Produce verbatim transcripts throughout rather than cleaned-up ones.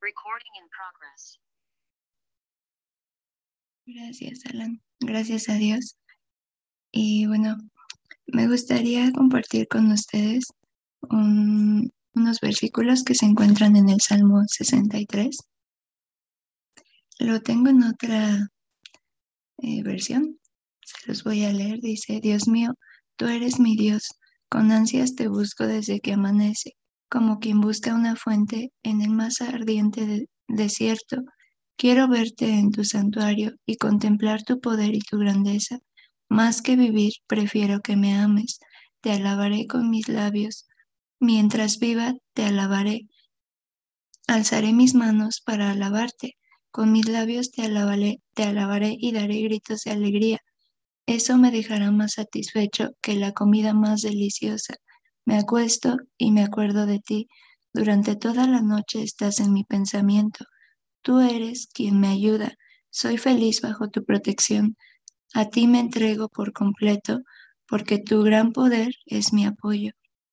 Gracias, Alan. Gracias a Dios. Y bueno, me gustaría compartir con ustedes un- unos versículos que se encuentran en el Salmo sesenta y tres. Lo tengo en otra eh, versión. Se los voy a leer. Dice: Dios mío, tú eres mi Dios. Con ansias te busco desde que amanece, como quien busca una fuente en el más ardiente de- desierto. Quiero verte en tu santuario y contemplar tu poder y tu grandeza. Más que vivir, prefiero que me ames. Te alabaré con mis labios. Mientras viva, te alabaré. Alzaré mis manos para alabarte. Con mis labios te alabaré, te alabaré y daré gritos de alegría. Eso me dejará más satisfecho que la comida más deliciosa. Me acuesto y me acuerdo de ti. Durante toda la noche estás en mi pensamiento. Tú eres quien me ayuda. Soy feliz bajo tu protección. A ti me entrego por completo, porque tu gran poder es mi apoyo.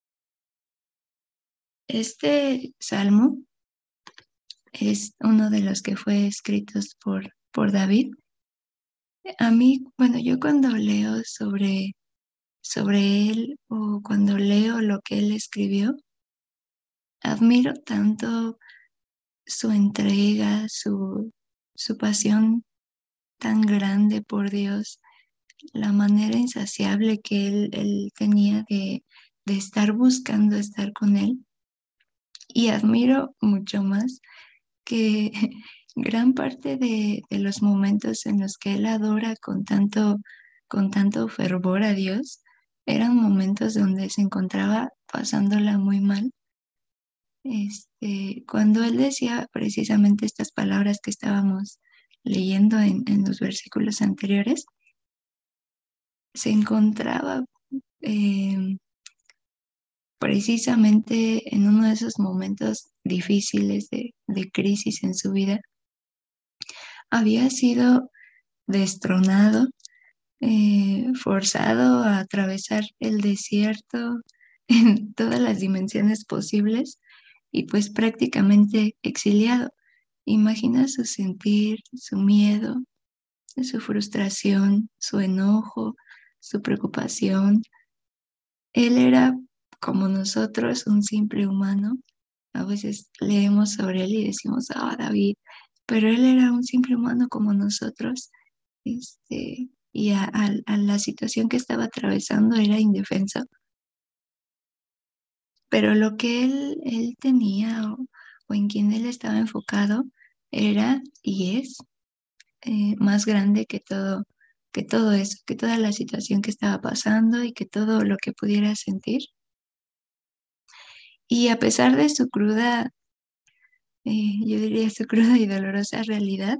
Este salmo es uno de los que fue escritos por, por David. A mí, bueno, yo cuando leo sobre, sobre él o cuando leo lo que él escribió, admiro tanto su entrega, su, su pasión tan grande por Dios, la manera insaciable que él, él tenía de, de estar buscando estar con él. Y admiro mucho más que gran parte de, de los momentos en los que él adora con tanto, con tanto fervor a Dios, eran momentos donde se encontraba pasándola muy mal. Este, cuando él decía precisamente estas palabras que estábamos leyendo en, en los versículos anteriores, se encontraba eh, precisamente en uno de esos momentos difíciles de, de crisis en su vida. Había sido destronado, eh, forzado a atravesar el desierto en todas las dimensiones posibles y pues prácticamente exiliado. Imagina su sentir, su miedo, su frustración, su enojo, su preocupación. Él era como nosotros, un simple humano. A veces leemos sobre él y decimos: ah, David, pero él era un simple humano como nosotros. Este, y a, a- a la situación que estaba atravesando era indefenso. Pero lo que él, él tenía o, o en quien él estaba enfocado era y es eh, más grande que todo, que todo eso, que toda la situación que estaba pasando y que todo lo que pudiera sentir. Y a pesar de su cruda, eh, yo diría su cruda y dolorosa realidad,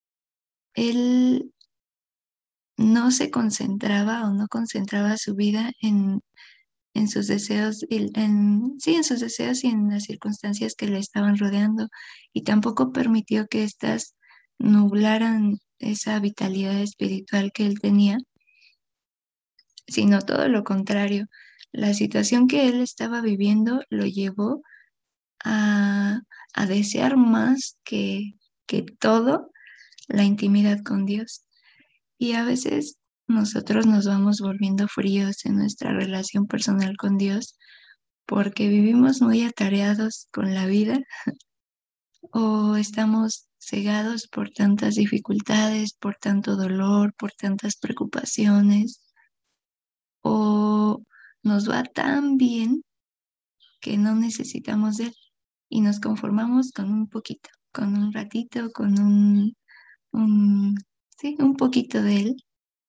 él no se concentraba o no concentraba su vida en, en sus deseos, y en, sí, en sus deseos y en las circunstancias que le estaban rodeando, y tampoco permitió que éstas nublaran esa vitalidad espiritual que él tenía, sino todo lo contrario. La situación que él estaba viviendo lo llevó a, a desear más que, que todo la intimidad con Dios. Y a veces nosotros nos vamos volviendo fríos en nuestra relación personal con Dios porque vivimos muy atareados con la vida o estamos cegados por tantas dificultades, por tanto dolor, por tantas preocupaciones, o nos va tan bien que no necesitamos de Él y nos conformamos con un poquito, con un ratito, con un, un, sí, un poquito de Él.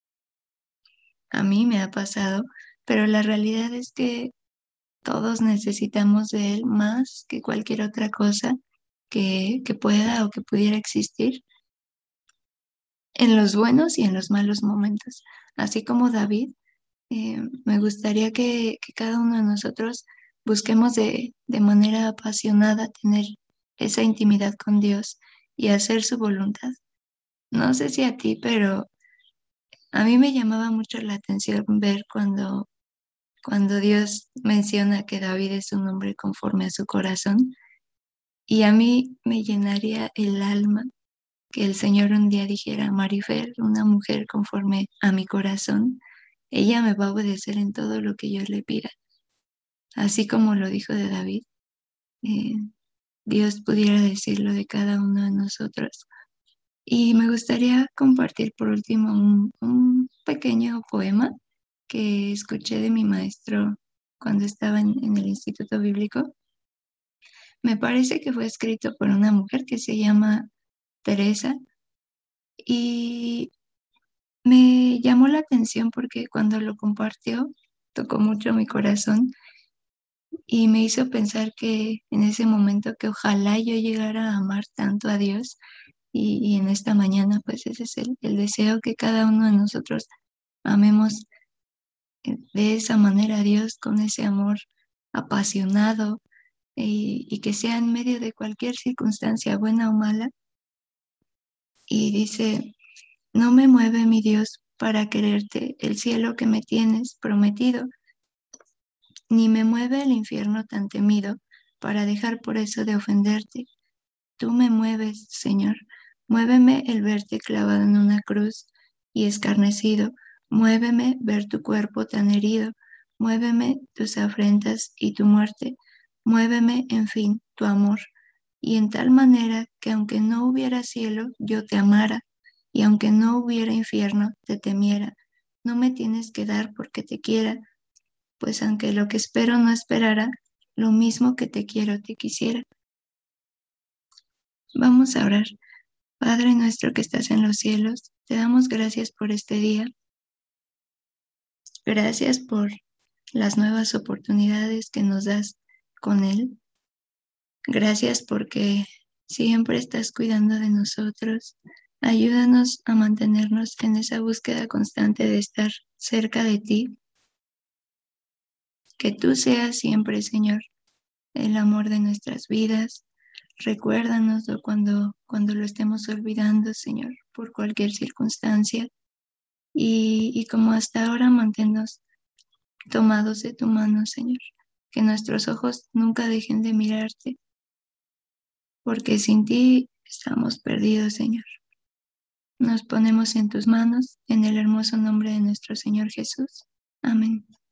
A mí me ha pasado, pero la realidad es que todos necesitamos de Él más que cualquier otra cosa que, que pueda o que pudiera existir en los buenos y en los malos momentos. Así como David, eh, me gustaría que, que cada uno de nosotros busquemos de, de manera apasionada tener esa intimidad con Dios y hacer su voluntad. No sé si a ti, pero a mí me llamaba mucho la atención ver cuando, cuando Dios menciona que David es un hombre conforme a su corazón. Y a mí me llenaría el alma que el Señor un día dijera: Marifer, una mujer conforme a mi corazón, ella me va a obedecer en todo lo que yo le pida. Así como lo dijo de David, eh, Dios pudiera decirlo de cada uno de nosotros. Y me gustaría compartir por último un, un pequeño poema que escuché de mi maestro cuando estaba en, en el Instituto Bíblico. Me parece que fue escrito por una mujer que se llama Teresa y me llamó la atención porque cuando lo compartió tocó mucho mi corazón y me hizo pensar que en ese momento que ojalá yo llegara a amar tanto a Dios y, y en esta mañana pues ese es el, el deseo, que cada uno de nosotros amemos eh, de esa manera a Dios, con ese amor apasionado, y, y que sea en medio de cualquier circunstancia buena o mala. Y dice: no me mueve, mi Dios, para quererte el cielo que me tienes prometido, ni me mueve el infierno tan temido para dejar por eso de ofenderte. Tú me mueves, Señor, muéveme el verte clavado en una cruz y escarnecido, muéveme ver tu cuerpo tan herido, muéveme tus afrentas y tu muerte, muéveme, en fin, tu amor, y en tal manera que aunque no hubiera cielo, yo te amara, y aunque no hubiera infierno, te temiera. No me tienes que dar porque te quiera, pues aunque lo que espero no esperara, lo mismo que te quiero te quisiera. Vamos a orar. Padre nuestro que estás en los cielos, te damos gracias por este día. Gracias por las nuevas oportunidades que nos das con Él. Gracias porque siempre estás cuidando de nosotros. Ayúdanos a mantenernos en esa búsqueda constante de estar cerca de ti. Que tú seas siempre, Señor, el amor de nuestras vidas. Recuérdanoslo cuando, cuando lo estemos olvidando, Señor, por cualquier circunstancia. Y, y como hasta ahora, manténnos tomados de tu mano, Señor. Que nuestros ojos nunca dejen de mirarte, porque sin ti estamos perdidos, Señor. Nos ponemos en tus manos, en el hermoso nombre de nuestro Señor Jesús. Amén.